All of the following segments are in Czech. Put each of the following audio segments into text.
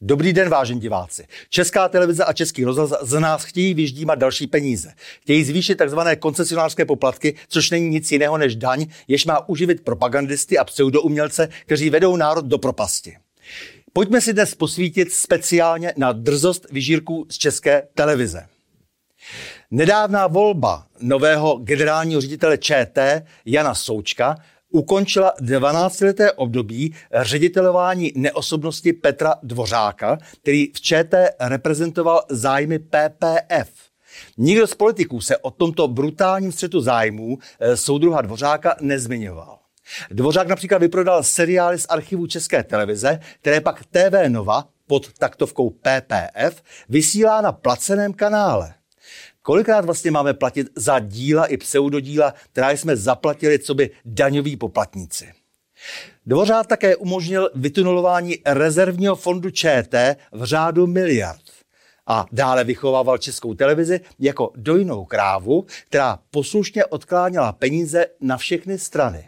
Dobrý den, vážení diváci. Česká televize a Český rozhlas z nás chtějí vyždímat další peníze. Chtějí zvýšit takzvané koncesionářské poplatky, což není nic jiného než daň, jež má uživit propagandisty a pseudoumělce, kteří vedou národ do propasti. Pojďme si dnes posvítit speciálně na drzost vyžírků z České televize. Nedávná volba nového generálního ředitele ČT Jana Součka ukončila 12leté období ředitelování neosobnosti Petra Dvořáka, který v ČT reprezentoval zájmy PPF. Nikdo z politiků se o tomto brutálním střetu zájmů soudruha Dvořáka nezmiňoval. Dvořák například vyprodal seriály z archivu České televize, které pak TV Nova pod taktovkou PPF vysílá na placeném kanále. Kolikrát vlastně máme platit za díla i pseudodíla, která jsme zaplatili coby daňoví poplatníci? Dvořák také umožnil vytunelování rezervního fondu ČT v řádu miliard. A dále vychovával Českou televizi jako dojnou krávu, která poslušně odkláněla peníze na všechny strany.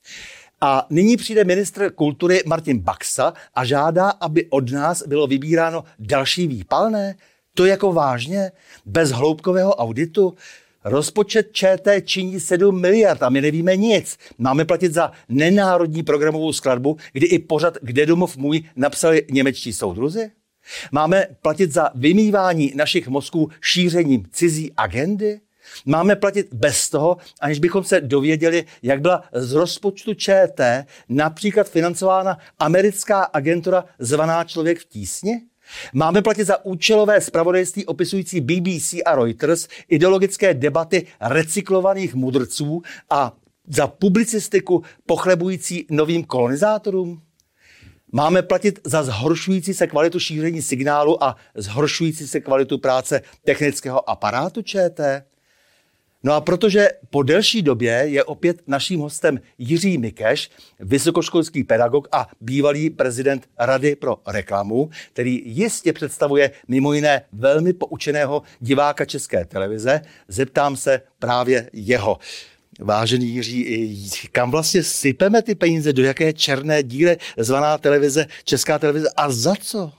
A nyní přijde ministr kultury Martin Baxa a žádá, aby od nás bylo vybíráno další výpalné. To jako vážně? Bez hloubkového auditu? Rozpočet ČT činí 7 miliard a my nevíme nic. Máme platit za nenárodní programovou skladbu, kdy i pořad Kde domov můj napsali němečtí soudruzi? Máme platit za vymývání našich mozků šířením cizí agendy? Máme platit bez toho, aniž bychom se dověděli, jak byla z rozpočtu ČT například financována americká agentura zvaná Člověk v tísni? Máme platit za účelové zpravodajství opisující BBC a Reuters, ideologické debaty recyklovaných mudrců a za publicistiku pochlebující novým kolonizátorům? Máme platit za zhoršující se kvalitu šíření signálu a zhoršující se kvalitu práce technického aparátu ČT? No a protože po delší době je opět naším hostem Jiří Mikeš, vysokoškolský pedagog a bývalý prezident Rady pro reklamu, který jistě představuje mimo jiné velmi poučeného diváka České televize, zeptám se právě jeho. Vážený Jiří, kam vlastně sypeme ty peníze, do jaké černé díry zvaná televize, Česká televize a za co?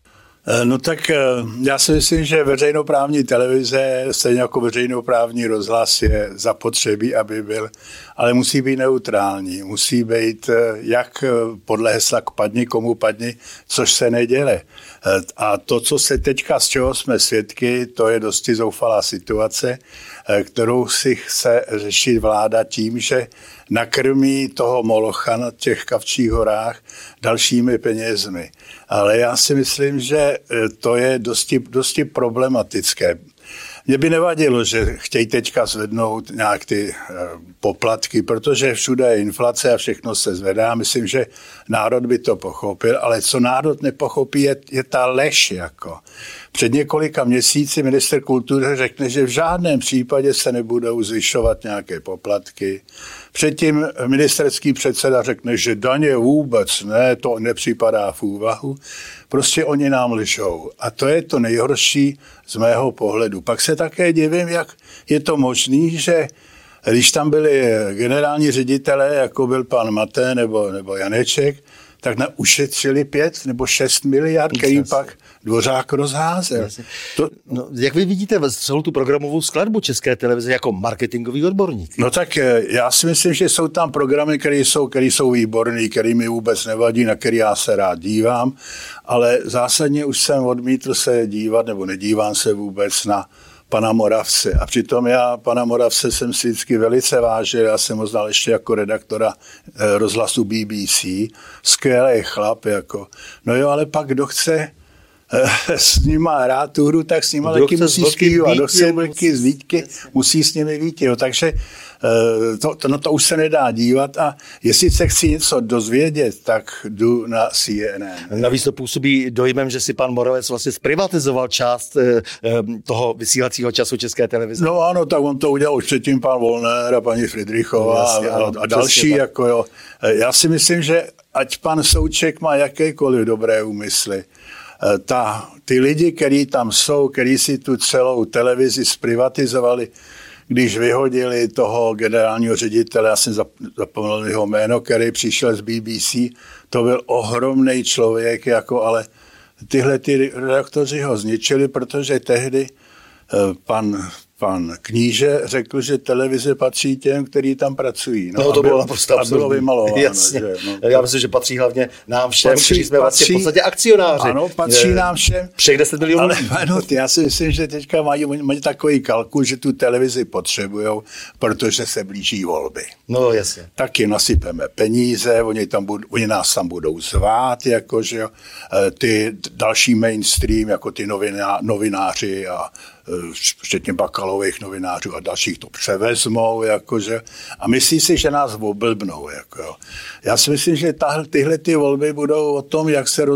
No tak já si myslím, že veřejnoprávní televize, stejně jako veřejnoprávní rozhlas je zapotřebí, aby byl, ale musí být neutrální, musí být jak podle hesla k padni, komu padni, což se neděle. A to, co se teďka, z čeho jsme svědky, to je dosti zoufalá situace, kterou si chce řešit vláda tím, že nakrmí toho molocha na těch Kavčích horách dalšími penězmi. Ale já si myslím, že to je dosti problematické. Mně by nevadilo, že chtějí teďka zvednout nějak ty poplatky, protože všude je inflace a všechno se zvedá. Myslím, že národ by to pochopil, ale co národ nepochopí, je ta lež. Jako. Před několika měsíci ministr kultury řekne, že v žádném případě se nebudou zvyšovat nějaké poplatky. Předtím ministerský předseda řekne, že daně vůbec ne, to nepřipadá v úvahu. Prostě oni nám lžou. A to je to nejhorší z mého pohledu. Pak se také divím, jak je to možné, že když tam byli generální ředitelé, jako byl pan Maté nebo Janeček, tak ušetřili 5 nebo 6 miliard, který pak Dvořák rozházel. No, jak vy vidíte celou tu programovou skladbu České televize jako marketingový odborník? No tak já si myslím, že jsou tam programy, které jsou výborné, které mi vůbec nevadí, na které já se rád dívám, ale zásadně už jsem odmítl se dívat, nebo nedívám se vůbec na pana Moravce. A přitom já pana Moravce jsem si vždycky velice vážil, já jsem ho znal ještě jako redaktora rozhlasu BBC, skvělý chlap, jako. No jo, ale pak kdo chce s nima hrát tu hru, tak s nima taky musí zpívat. Kdo chce vlky z Vítky, musí s nimi Vítky. No, takže to už se nedá dívat a jestli se chci něco dozvědět, tak jdu na CNN. Navíc to působí dojmem, že si pan Moravec vlastně zprivatizoval část toho vysílacího času České televize. No ano, tak on to udělal už předtím pan Volner a paní Friedrichová a další. Jako, jo. Já si myslím, že ať pan Souček má jakékoliv dobré úmysly, ty lidi, kteří tam jsou, kteří si tu celou televizi zprivatizovali, když vyhodili toho generálního ředitele, já jsem zapomněl jeho jméno, který přišel z BBC, to byl ohromný člověk, jako, ale tyhle ty redaktoři ho zničili, protože tehdy pan Kníže řekl, že televize patří těm, kteří tam pracují. No to bylo naprosto absurdní. Bylo vymalováno. Jasně. Že, no. Já myslím, že patří hlavně nám všem, kteří jsme vlastně v podstatě akcionáři. Ano, patří nám všem. Všech 10 milionů. Ale ano, já si myslím, že teďka mají takový kalkul, že tu televizi potřebujou, protože se blíží volby. No jasně. Taky nasypeme peníze, oni nás tam budou zvát, jakože ty další mainstream, jako ty novináři a včetně Bakalových novinářů a dalších to převezmou, jakože, a myslí si, že nás oblbnou. Jako. Já si myslím, že tyhle ty volby budou o tom, jak se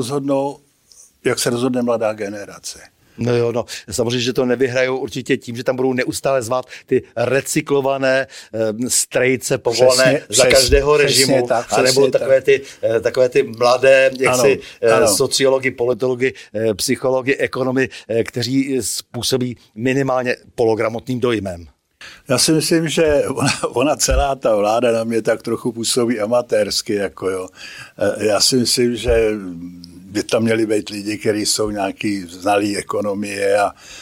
rozhodne mladá generace. No jo, no, samozřejmě, že to nevyhrajou určitě tím, že tam budou neustále zvát ty recyklované strejce povolené za každého režimu, anebo takové ty mladé sociology, politology, psychology, ekonomy, kteří způsobí minimálně pologramotným dojmem. Já si myslím, že ona celá ta vláda na mě tak trochu působí amatérsky. Jako jo. Já si myslím, že by tam měli být lidi, kteří jsou nějaký znalí ekonomie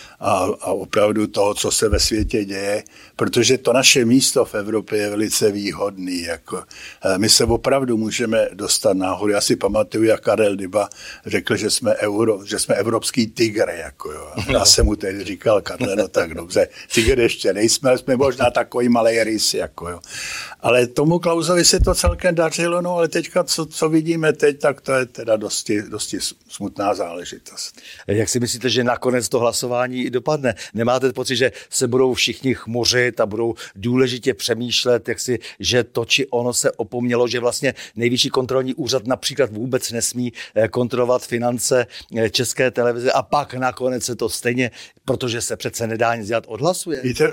a opravdu toho, co se ve světě děje, protože to naše místo v Evropě je velice výhodný. Jako. My se opravdu můžeme dostat nahoru. Já si pamatuju, jak Karel Dyba řekl, že jsme evropský tygr. Jako, jo. Já jsem mu tehdy říkal, Karle, no tak dobře, tygr ještě nejsme, jsme možná takový malej rys. Jako, jo. Ale tomu Klausovi se to celkem dařilo, no ale teďka, co vidíme teď, tak to je teda dosti smutná záležitost. Jak si myslíte, že nakonec to hlasování dopadne? Nemáte pocit, že se budou všichni chmuřit a budou důležitě přemýšlet, že to či ono se opomnělo, že vlastně Nejvyšší kontrolní úřad například vůbec nesmí kontrolovat finance České televize a pak nakonec se to stejně, protože se přece nedá nic dělat, odhlasuje? Víte,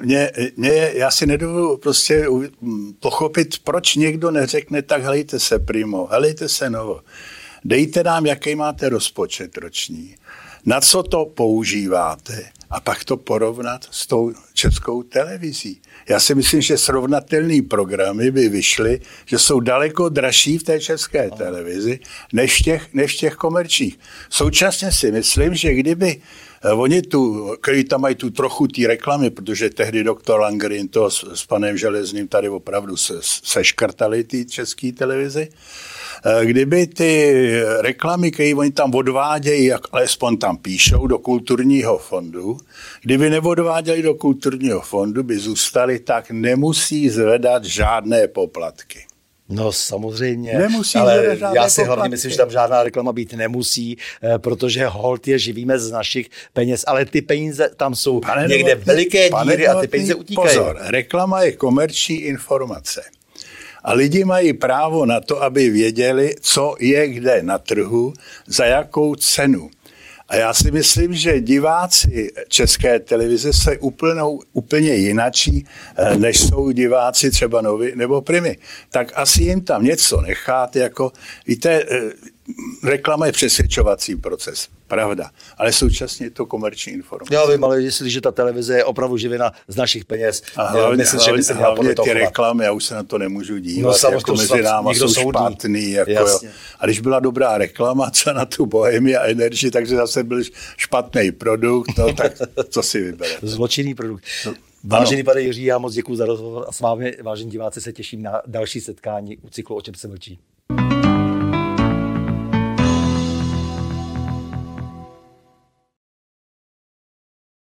já si nedovedu prostě pochopit, proč někdo neřekne, tak helejte se primo, helejte se novo. Dejte nám, jaký máte rozpočet roční, na co to používáte a pak to porovnat s tou Českou televizí. Já si myslím, že srovnatelné programy by vyšly, že jsou daleko dražší v té České televizi než těch komerčních. Současně si myslím, že kdyby oni který tam mají tu trochu té reklamy, protože tehdy doktor Langerin to s panem Železným tady opravdu seškrtali ty České televizi, kdyby ty reklamy, které oni tam odvádějí, jak alespoň tam píšou, do kulturního fondu, kdyby neodváděli do kulturního fondu, by zůstali, tak nemusí zvedat žádné poplatky. No samozřejmě, nemusí, ale já si hlavně myslím, že tam žádná reklama být nemusí, protože holt je živíme z našich peněz, ale ty peníze tam jsou někde veliké díry a ty peníze utíkají. Pozor, reklama je komerční informace. A lidi mají právo na to, aby věděli, co je kde na trhu, za jakou cenu. A já si myslím, že diváci České televize se úplně jinačí, než jsou diváci třeba Novy nebo Primy. Tak asi jim tam něco nechat, jako, víte, reklama je přesvědčovací proces, pravda, ale současně je to komerční informace. Já vím, ale jestliže ta televize je opravdu živena z našich peněz, a hlavně ty reklamy, já už se na to nemůžu dívat, no, jako mezi náma jsou špatný. Jako, a když byla dobrá reklama, co na tu Bohemii a Energii, takže zase byl špatný produkt, no tak co si vyberete? Zločinný produkt. Vážený pane Jiří, já moc děkuji za rozhovor a s vámi, vážení diváci, se těším na další setkání u cyklu O čem se mlčí.